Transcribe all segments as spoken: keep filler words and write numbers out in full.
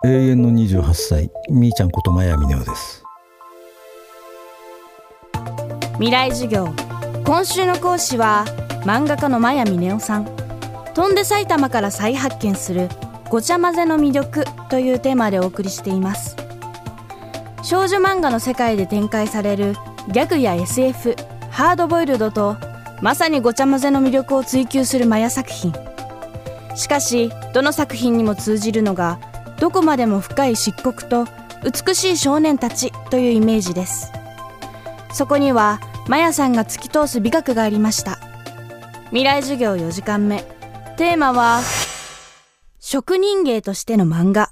永遠のにじゅうはっさい、みーちゃんこと真矢峰夫です。 未来授業、今週の講師は漫画家の真矢峰夫さん。翔んで埼玉から再発見するごちゃ混ぜの魅力というテーマでお送りしています。少女漫画の世界で展開されるギャグや エスエフ、ハードボイルドとまさにごちゃ混ぜの魅力を追求する真矢作品。しかしどの作品にも通じるのがどこまでも深い漆黒と美しい少年たちというイメージです。そこには真矢さんが突き通す美学がありました。未来授業よじかんめ、テーマは職人芸としての漫画。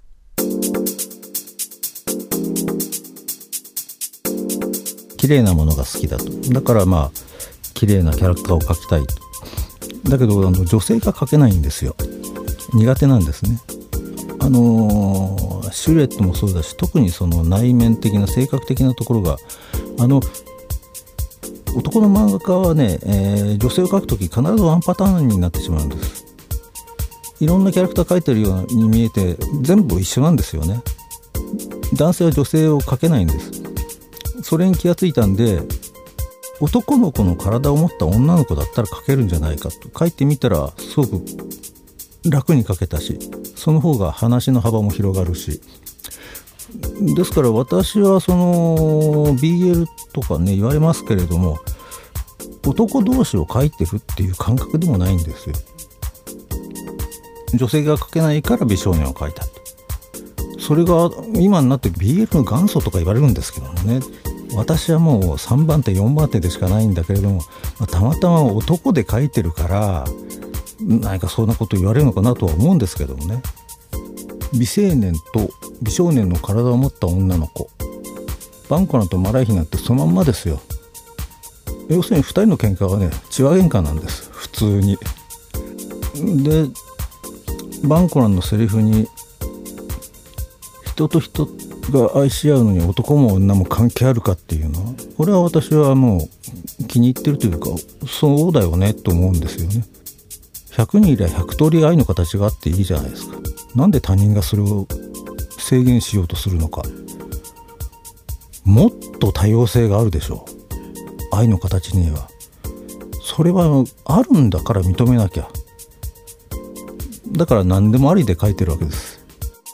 綺麗なものが好きだと。だからまあ綺麗なキャラクターを描きたいと。だけどあの女性が描けないんですよ。苦手なんですね。あのー、シルエットもそうだし、特にその内面的な性格的なところが、あの男の漫画家はね、えー、女性を描くとき必ずワンパターンになってしまうんです。いろんなキャラクター描いてるように見えて全部一緒なんですよね。男性は女性を描けないんです。それに気がついたんで、男の子の体を持った女の子だったら描けるんじゃないかと描いてみたら、すごく楽に描けたし、その方が話の幅も広がるし、ですから私はその ビーエル とかね言われますけれども、男同士を描いてるっていう感覚でもないんですよ。女性が描けないから美少年を描いたと。それが今になって ビーエル の元祖とか言われるんですけどもね、私はもうさんばんてよんばんてでしかないんだけれども、たまたま男で描いてるから何かそんなこと言われるのかなとは思うんですけどもね。美青年と美少年の体を持った女の子、バンコナとマライヒなんてそのまんまですよ。要するにふたりの喧嘩はね血話喧嘩なんです、普通に。でバンコナのセリフに、人と人が愛し合うのに男も女も関係あるかっていうのは、これは私はもう気に入ってるというか、そうだよねと思うんですよね。ひゃくにんいりゃひゃくとおり愛の形があっていいじゃないですか。なんで他人がそれを制限しようとするのか。もっと多様性があるでしょう、愛の形には。それはあるんだから認めなきゃ。だから何でもありで書いてるわけです。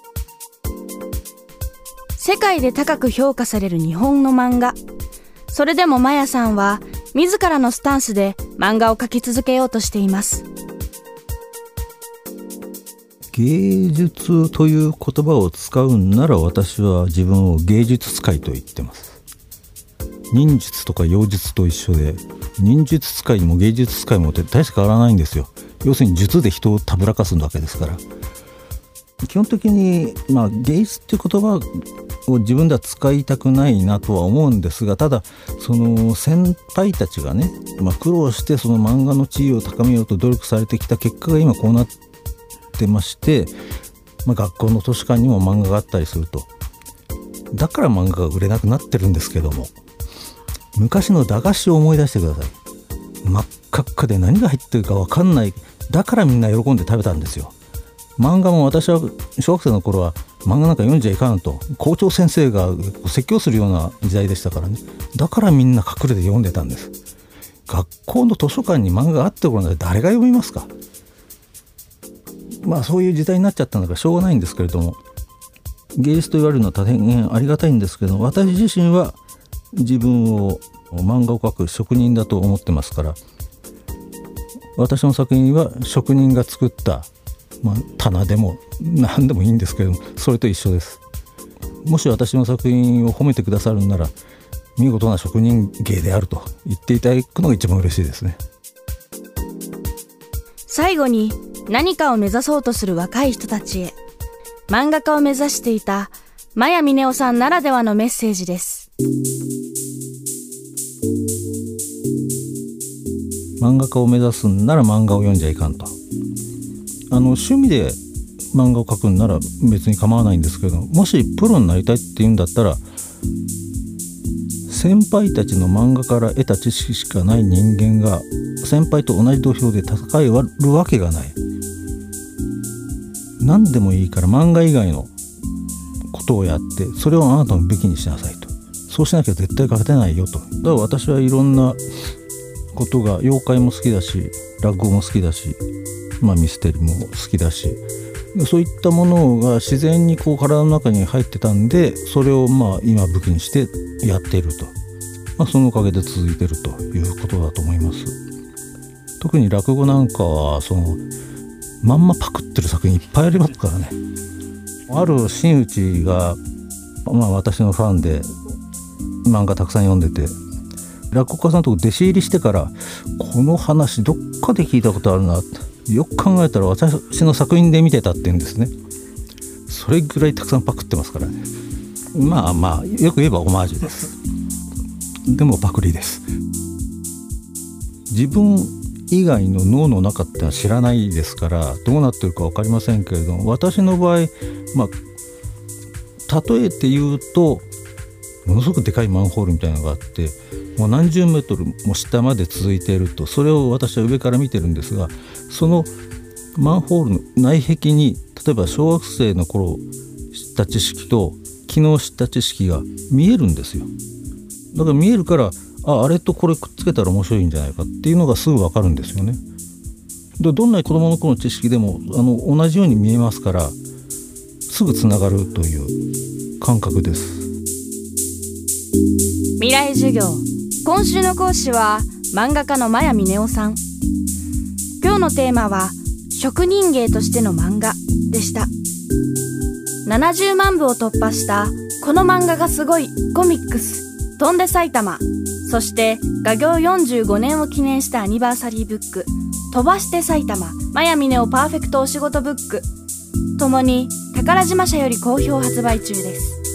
世界で高く評価される日本の漫画。それでも真矢さんは自らのスタンスで漫画を描き続けようとしています。 芸術という言葉を使うんなら、私は自分を芸術使いと言ってます。忍術とか妖術と一緒で、忍術使いも芸術使いもって大して変わらないんですよ。要するに術で人をたぶらかすわけですから。基本的に、まあ、芸術っていう言葉を自分では使いたくないなとは思うんですが、ただその先輩たちがね、まあ、苦労してその漫画の地位を高めようと努力されてきた結果が今こうなってまして、まあ、学校の図書館にも漫画があったりすると。だから漫画が売れなくなってるんですけども、昔の駄菓子を思い出してください。真っ赤っかで何が入ってるか分かんない。だからみんな喜んで食べたんですよ。漫画も私は小学生の頃は漫画なんか読んじゃいかんと校長先生が説教するような時代でしたからね。だからみんな隠れて読んでたんです。学校の図書館に漫画があって頃なんて誰が読みますか。まあそういう時代になっちゃったんだからしょうがないんですけれども、芸術と言われるのは大変ありがたいんですけど、私自身は自分を漫画を描く職人だと思ってますから、私の作品は職人が作った、まあ、棚でも何でもいいんですけども、それと一緒です。もし私の作品を褒めてくださるなら、見事な職人芸であると言っていただくのが一番嬉しいですね。 最後に何かを目指そうとする若い人たちへ、漫画家を目指していた真矢峰夫さんならではのメッセージです。 漫画家を目指すんなら漫画を読んじゃいかんと。あの趣味で漫画を描くんなら別に構わないんですけど、もしプロになりたいっていうんだったら、先輩たちの漫画から得た知識しかない人間が先輩と同じ土俵で戦い割るわけがない。何でもいいから漫画以外のことをやって、それをあなたの武器にしなさいと。そうしなきゃ絶対勝てないよと。だから私はいろんなことが、妖怪も好きだし、落語も好きだし、まあ、ミステリーも好きだし、そういったものが自然にこう体の中に入ってたんで、それをまあ今武器にしてやっていると、まあ、そのおかげで続いているということだと思います。特に落語なんかはそのまんまパクってる作品いっぱいありますからね。ある真打ちが、まあ、私のファンで漫画たくさん読んでて、落語家さんとこ弟子入りしてから、この話どっかで聞いたことあるなって、よく考えたら私の作品で見てたって言うんですね。それぐらいたくさんパクってますからね。まあまあよく言えばオマージュです。でもパクリです。自分以外の脳の中ってのは知らないですから、どうなってるか分かりませんけれども、私の場合、まあ例えて言うと、ものすごくでかいマンホールみたいなのがあって、もう何十メートルも下まで続いていると。それを私は上から見てるんですが、そのマンホールの内壁に、例えば小学生の頃知った知識と昨日知った知識が見えるんですよ。だから見えるから、あ、あれとこれくっつけたら面白いんじゃないかっていうのがすぐ分かるんですよね。でどんな子供の頃の知識でもあの同じように見えますから、すぐつながるという感覚です。 未来授業、今週の講師は漫画家の真矢ミネオさん。今日のテーマは職人芸としての漫画でした。ななじゅうまんぶを突破したこの漫画がすごいコミックス飛んで埼玉、そして画業よんじゅうごねんを記念したアニバーサリーブック飛ばして埼玉真矢ミネオパーフェクトお仕事ブック、ともに宝島社より好評発売中です。